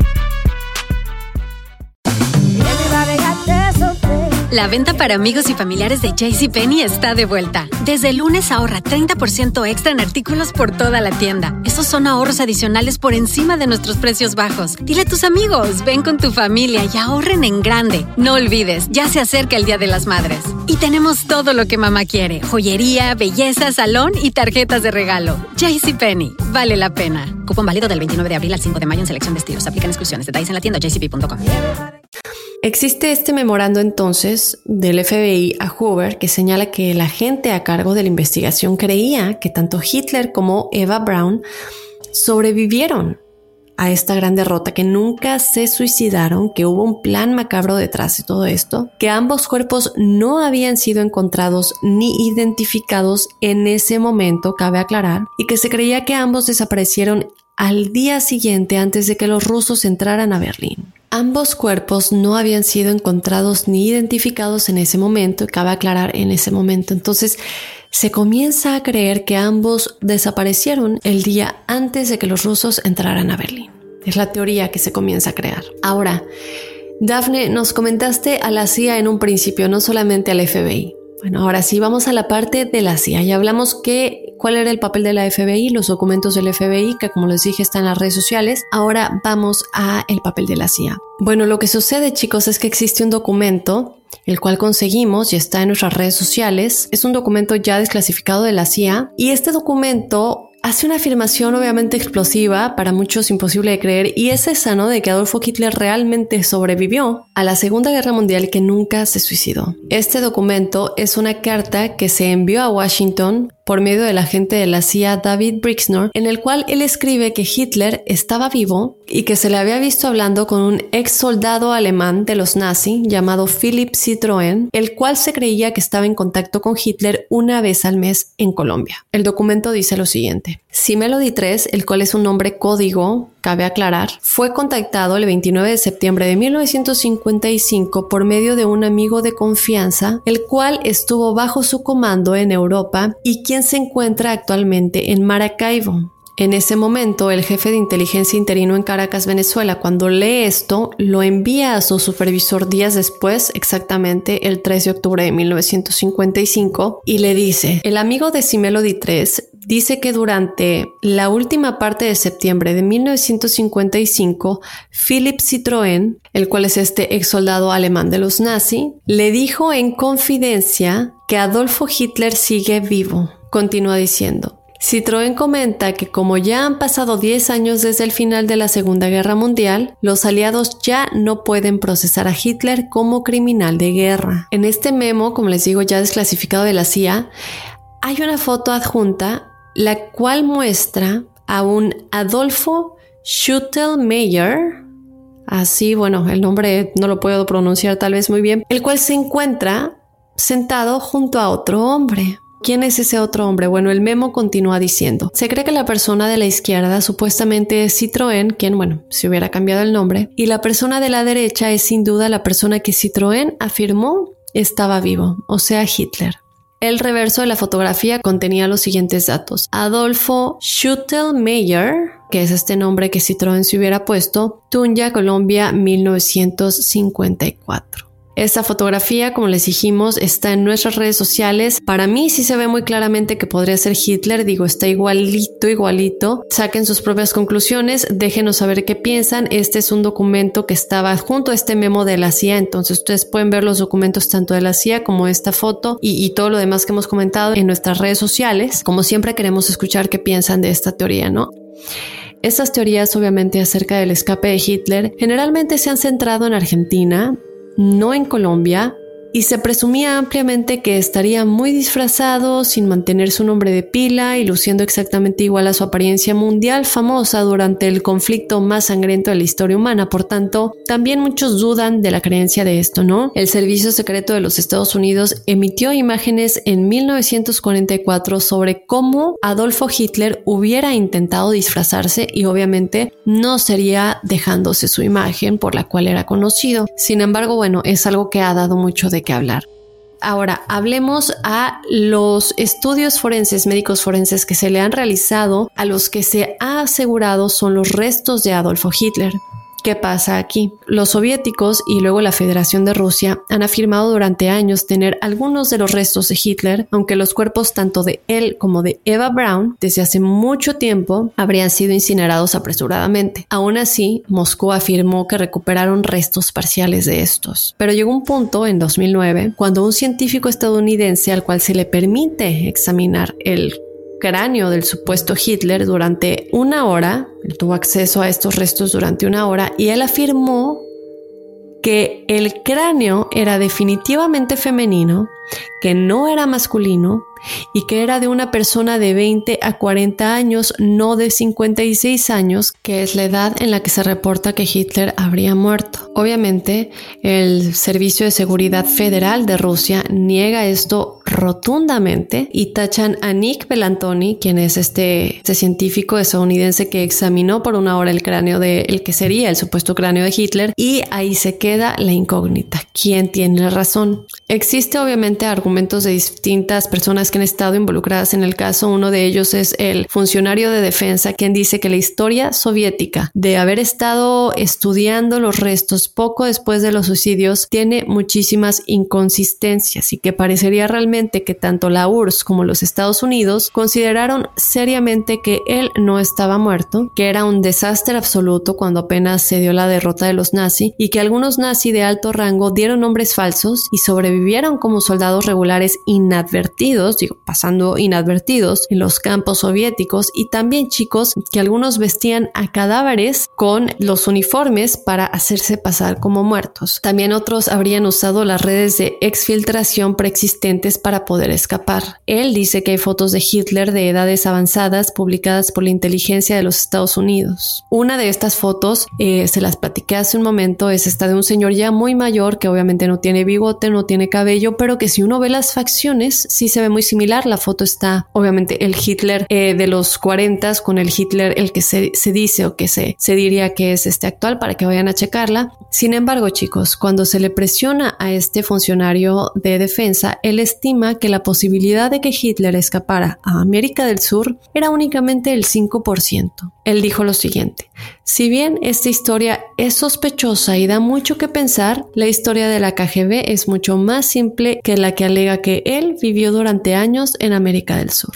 La venta para amigos y familiares de JCPenney está de vuelta. Desde el lunes ahorra treinta por ciento extra en artículos por toda la tienda. Esos son ahorros adicionales por encima de nuestros precios bajos. Dile a tus amigos, ven con tu familia y ahorren en grande. No olvides, ya se acerca el Día de las Madres. Y tenemos todo lo que mamá quiere. Joyería, belleza, salón y tarjetas de regalo. JCPenney, vale la pena. Cupón válido del veintinueve de abril al cinco de mayo en selección de estilos. Aplican exclusiones. Detalles en la tienda j c p punto com. Existe este memorando entonces del F B I a Hoover que señala que la gente a cargo de la investigación creía que tanto Hitler como Eva Braun sobrevivieron a esta gran derrota, que nunca se suicidaron, que hubo un plan macabro detrás de todo esto, que ambos cuerpos no habían sido encontrados ni identificados en ese momento, cabe aclarar, y que se creía que ambos desaparecieron al día siguiente antes de que los rusos entraran a Berlín. Ambos cuerpos no habían sido encontrados ni identificados en ese momento, cabe aclarar en ese momento. Entonces, se comienza a creer que ambos desaparecieron el día antes de que los rusos entraran a Berlín. Es la teoría que se comienza a crear. Ahora, Dafne, nos comentaste a la C I A en un principio, no solamente al F B I. Bueno, ahora sí, vamos a la parte de la C I A. Ya hablamos que cuál era el papel de la F B I, los documentos del F B I, que como les dije están en las redes sociales. Ahora vamos a el papel de la C I A. Bueno, lo que sucede, chicos, es que existe un documento, el cual conseguimos y está en nuestras redes sociales. Es un documento ya desclasificado de la C I A y este documento hace una afirmación obviamente explosiva, para muchos imposible de creer, y es esa, ¿no?, de que Adolfo Hitler realmente sobrevivió a la Segunda Guerra Mundial y que nunca se suicidó. Este documento es una carta que se envió a Washington por medio del agente de la C I A David Brixner, en el cual él escribe que Hitler estaba vivo y que se le había visto hablando con un ex soldado alemán de los nazis llamado Philipp Citroën, el cual se creía que estaba en contacto con Hitler una vez al mes en Colombia. El documento dice lo siguiente: C-Melody tres, el cual es un nombre código, cabe aclarar, fue contactado el veintinueve de septiembre de mil novecientos cincuenta y cinco por medio de un amigo de confianza, el cual estuvo bajo su comando en Europa y quien se encuentra actualmente en Maracaibo. En ese momento, el jefe de inteligencia interino en Caracas, Venezuela, cuando lee esto, lo envía a su supervisor días después, exactamente el tres de octubre de mil novecientos cincuenta y cinco, y le dice: el amigo de C-Melody tres dice que durante la última parte de septiembre de mil novecientos cincuenta y cinco, Philipp Citroën, el cual es este ex soldado alemán de los nazis, le dijo en confidencia que Adolfo Hitler sigue vivo. Continúa diciendo: Citroën comenta que como ya han pasado diez años desde el final de la Segunda Guerra Mundial, los aliados ya no pueden procesar a Hitler como criminal de guerra. En este memo, como les digo, ya desclasificado de la C I A, hay una foto adjunta, la cual muestra a un Adolfo Schuttelmeyer, así, bueno, el nombre no lo puedo pronunciar tal vez muy bien, el cual se encuentra sentado junto a otro hombre. ¿Quién es ese otro hombre? Bueno, el memo continúa diciendo: se cree que la persona de la izquierda supuestamente es Citroën, quien, bueno, se hubiera cambiado el nombre, y la persona de la derecha es sin duda la persona que Citroën afirmó estaba vivo, o sea, Hitler. El reverso de la fotografía contenía los siguientes datos: Adolfo Schuttelmeyer, que es este nombre que Citroën se hubiera puesto, Tunja, Colombia, mil novecientos cincuenta y cuatro. Esta fotografía, como les dijimos, está en nuestras redes sociales. Para mí sí se ve muy claramente que podría ser Hitler. Digo, está igualito, igualito. Saquen sus propias conclusiones. Déjenos saber qué piensan. Este es un documento que estaba junto a este memo de la C I A. Entonces ustedes pueden ver los documentos tanto de la C I A como esta foto y, y todo lo demás que hemos comentado en nuestras redes sociales. Como siempre queremos escuchar qué piensan de esta teoría, ¿no? Estas teorías, obviamente, acerca del escape de Hitler generalmente se han centrado en Argentina, no en Colombia, y se presumía ampliamente que estaría muy disfrazado, sin mantener su nombre de pila y luciendo exactamente igual a su apariencia mundial famosa durante el conflicto más sangriento de la historia humana. Por tanto, también muchos dudan de la creencia de esto, ¿no? El Servicio Secreto de los Estados Unidos emitió imágenes en mil novecientos cuarenta y cuatro sobre cómo Adolfo Hitler hubiera intentado disfrazarse y obviamente no sería dejándose su imagen por la cual era conocido. Sin embargo, bueno, es algo que ha dado mucho de qué hablar. Ahora, hablemos a los estudios forenses, médicos forenses que se le han realizado, a los que se ha asegurado son los restos de Adolfo Hitler. ¿Qué pasa aquí? Los soviéticos y luego la Federación de Rusia han afirmado durante años tener algunos de los restos de Hitler, aunque los cuerpos tanto de él como de Eva Braun desde hace mucho tiempo habrían sido incinerados apresuradamente. Aún así, Moscú afirmó que recuperaron restos parciales de estos. Pero llegó un punto en dos mil nueve cuando un científico estadounidense al cual se le permite examinar el cráneo del supuesto Hitler durante una hora, él tuvo acceso a estos restos durante una hora y él afirmó que el cráneo era definitivamente femenino, que no era masculino y que era de una persona de veinte a cuarenta años, no de cincuenta y seis años, que es la edad en la que se reporta que Hitler habría muerto. Obviamente, el Servicio de Seguridad Federal de Rusia niega esto rotundamente y tachan a Nick Belantoni, quien es este, este científico estadounidense que examinó por una hora el cráneo de el que sería el supuesto cráneo de Hitler, y ahí se queda la incógnita. ¿Quién tiene la razón? Existe obviamente argumentos de distintas personas que han estado involucradas en el caso. Uno de ellos es el funcionario de defensa, quien dice que la historia soviética de haber estado estudiando los restos poco después de los suicidios tiene muchísimas inconsistencias y que parecería realmente que tanto la U R S S como los Estados Unidos consideraron seriamente que él no estaba muerto, que era un desastre absoluto cuando apenas se dio la derrota de los nazis y que algunos nazis de alto rango dieron nombres falsos y sobrevivieron como soldados regulares inadvertidos, digo, pasando inadvertidos en los campos soviéticos, y también chicos que algunos vestían a cadáveres con los uniformes para hacerse pasar como muertos. También otros habrían usado las redes de exfiltración preexistentes para poder escapar. Él dice que hay fotos de Hitler de edades avanzadas publicadas por la inteligencia de los Estados Unidos. Una de estas fotos, eh, se las platiqué hace un momento, es esta de un señor ya muy mayor que obviamente no tiene bigote, no tiene cabello, pero que si uno ve las facciones sí se ve muy similar. La foto está obviamente el Hitler eh, de los cuarentas con el Hitler el que se, se dice o que se, se diría que es este actual, para que vayan a checarla. Sin embargo, chicos, cuando se le presiona a este funcionario de defensa, él estima que la posibilidad de que Hitler escapara a América del Sur era únicamente el cinco por ciento. Él dijo lo siguiente: si bien esta historia es sospechosa y da mucho que pensar, la historia de la K G B es mucho más simple que la que alega que él vivió durante años en América del Sur.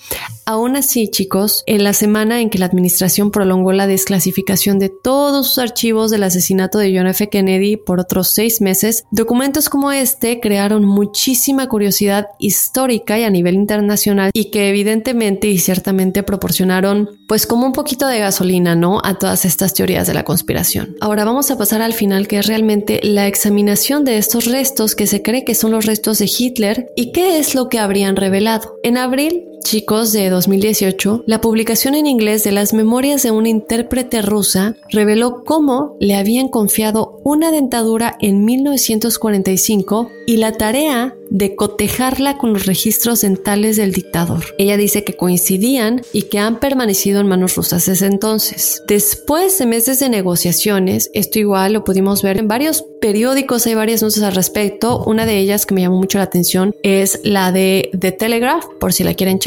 Aún así, chicos, en la semana en que la administración prolongó la desclasificación de todos sus archivos del asesinato de John F. Kennedy por otros seis meses, documentos como este crearon muchísima curiosidad histórica y a nivel internacional, y que evidentemente y ciertamente proporcionaron pues como un poquito de gasolina, ¿no?, a todas estas teorías de la conspiración. Ahora vamos a pasar al final, que es realmente la examinación de estos restos que se cree que son los restos de Hitler y qué es lo que habrían revelado. En abril, chicos, de dos mil dieciocho, la publicación en inglés de las memorias de una intérprete rusa reveló cómo le habían confiado una dentadura en mil novecientos cuarenta y cinco y la tarea de cotejarla con los registros dentales del dictador. Ella dice que coincidían y que han permanecido en manos rusas desde entonces. Después de meses de negociaciones, esto igual lo pudimos ver en varios periódicos, hay varias notas al respecto. Una de ellas que me llamó mucho la atención es la de The Telegraph, por si la quieren checar.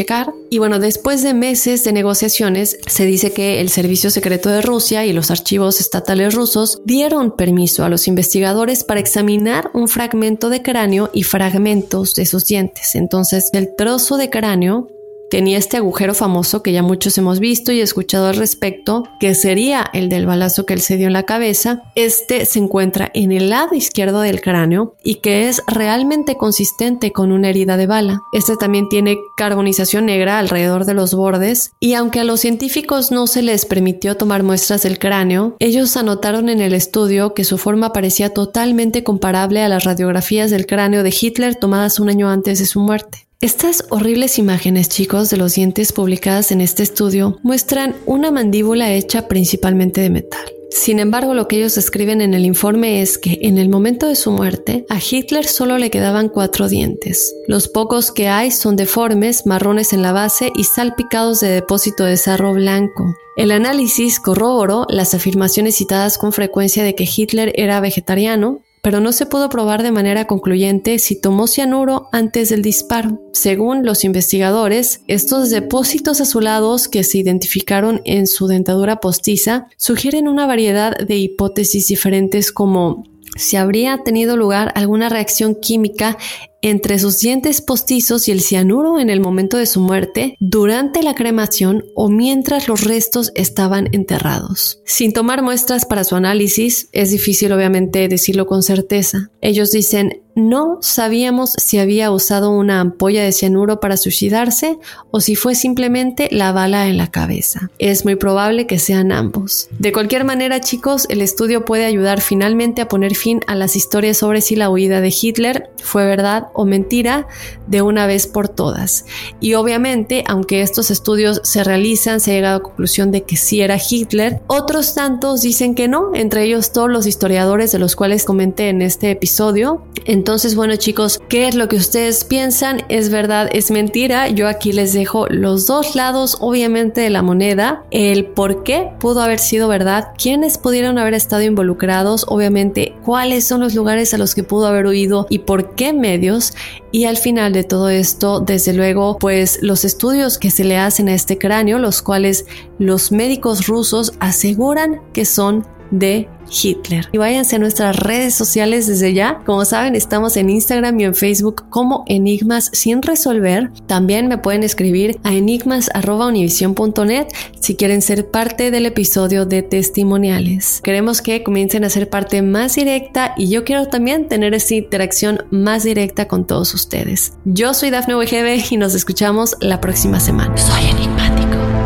Y bueno, después de meses de negociaciones, se dice que el Servicio Secreto de Rusia y los archivos estatales rusos dieron permiso a los investigadores para examinar un fragmento de cráneo y fragmentos de sus dientes. Entonces, el trozo de cráneo tenía este agujero famoso que ya muchos hemos visto y escuchado al respecto, que sería el del balazo que él se dio en la cabeza. Este se encuentra en el lado izquierdo del cráneo y que es realmente consistente con una herida de bala. Este también tiene carbonización negra alrededor de los bordes y aunque a los científicos no se les permitió tomar muestras del cráneo, ellos anotaron en el estudio que su forma parecía totalmente comparable a las radiografías del cráneo de Hitler tomadas un año antes de su muerte. Estas horribles imágenes, chicos, de los dientes publicadas en este estudio muestran una mandíbula hecha principalmente de metal. Sin embargo, lo que ellos escriben en el informe es que en el momento de su muerte, a Hitler solo le quedaban cuatro dientes. Los pocos que hay son deformes, marrones en la base y salpicados de depósito de sarro blanco. El análisis corroboró las afirmaciones citadas con frecuencia de que Hitler era vegetariano, pero no se pudo probar de manera concluyente si tomó cianuro antes del disparo. Según los investigadores, estos depósitos azulados que se identificaron en su dentadura postiza sugieren una variedad de hipótesis diferentes como si habría tenido lugar alguna reacción química entre sus dientes postizos y el cianuro en el momento de su muerte, durante la cremación o mientras los restos estaban enterrados. Sin tomar muestras para su análisis, es difícil obviamente decirlo con certeza. Ellos dicen, no sabíamos si había usado una ampolla de cianuro para suicidarse o si fue simplemente la bala en la cabeza. Es muy probable que sean ambos. De cualquier manera, chicos, el estudio puede ayudar finalmente a poner fin a las historias sobre si la huida de Hitler fue verdad o mentira de una vez por todas. Y obviamente, aunque estos estudios se realizan, se ha llegado a la conclusión de que sí era Hitler, otros tantos dicen que no, entre ellos todos los historiadores de los cuales comenté en este episodio. Entonces, bueno, chicos, ¿qué es lo que ustedes piensan? ¿Es verdad? ¿Es mentira? Yo aquí les dejo los dos lados, obviamente, de la moneda, el por qué pudo haber sido verdad, quiénes pudieron haber estado involucrados, obviamente, cuáles son los lugares a los que pudo haber huido y por qué medios. Y al final de todo esto, desde luego, pues los estudios que se le hacen a este cráneo, los cuales los médicos rusos aseguran que son de Hitler. Y váyanse a nuestras redes sociales desde ya. Como saben, estamos en Instagram y en Facebook como Enigmas sin resolver. También me pueden escribir a enigmas arroba univision punto net si quieren ser parte del episodio de testimoniales. Queremos que comiencen a ser parte más directa y yo quiero también tener esta interacción más directa con todos ustedes. Yo soy Dafne Wegebe y nos escuchamos la próxima semana. Soy enigmático.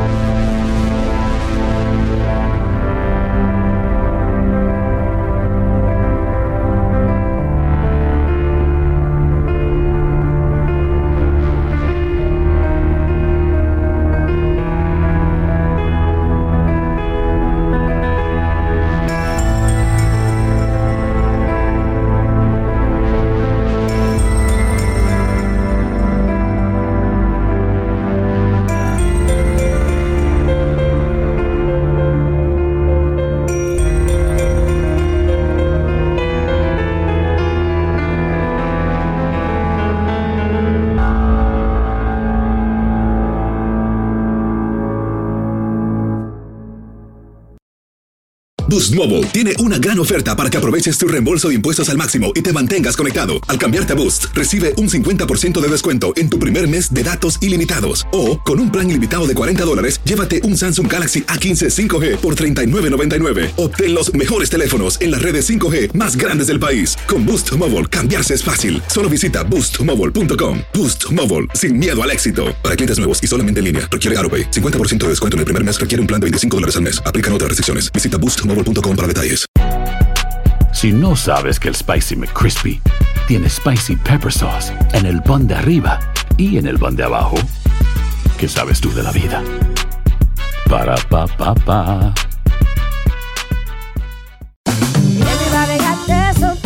Boost Mobile tiene una gran oferta para que aproveches tu reembolso de impuestos al máximo y te mantengas conectado. Al cambiarte a Boost, recibe un cincuenta por ciento de descuento en tu primer mes de datos ilimitados. O, con un plan ilimitado de cuarenta dólares, llévate un Samsung Galaxy A quince cinco G por treinta y nueve noventa y nueve. Obtén los mejores teléfonos en las redes cinco G más grandes del país. Con Boost Mobile, cambiarse es fácil. Solo visita boost mobile punto com. Boost Mobile, sin miedo al éxito. Para clientes nuevos y solamente en línea, requiere AutoPay. cincuenta por ciento de descuento en el primer mes requiere un plan de veinticinco dólares al mes. Aplican otras restricciones. Visita boost mobile punto com para detalles. Si no sabes que el Spicy McCrispy tiene Spicy Pepper Sauce en el pan de arriba y en el pan de abajo, ¿qué sabes tú de la vida? Para, pa, pa, pa. Everybody got their something.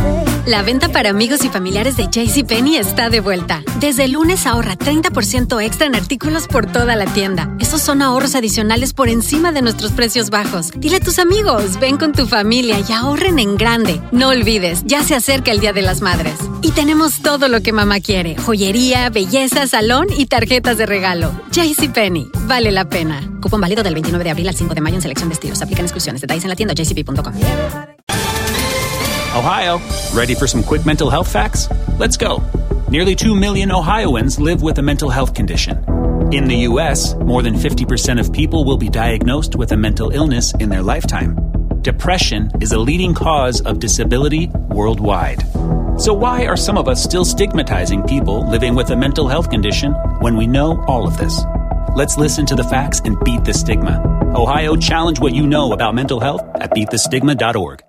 La venta para amigos y familiares de JCPenney está de vuelta. Desde el lunes ahorra treinta por ciento extra en artículos por toda la tienda. Esos son ahorros adicionales por encima de nuestros precios bajos. Dile a tus amigos, ven con tu familia y ahorren en grande. No olvides, ya se acerca el Día de las Madres. Y tenemos todo lo que mamá quiere. Joyería, belleza, salón y tarjetas de regalo. JCPenney, vale la pena. Cupón válido del veintinueve de abril al cinco de mayo en selección de estilos. Aplican exclusiones. Detalles en la tienda j c p punto com. Ohio, ready for some quick mental health facts? Let's go. Nearly two million Ohioans live with a mental health condition. In the U S, more than fifty percent of people will be diagnosed with a mental illness in their lifetime. Depression is a leading cause of disability worldwide. So why are some of us still stigmatizing people living with a mental health condition when we know all of this? Let's listen to the facts and beat the stigma. Ohio, challenge what you know about mental health at beat the stigma dot org.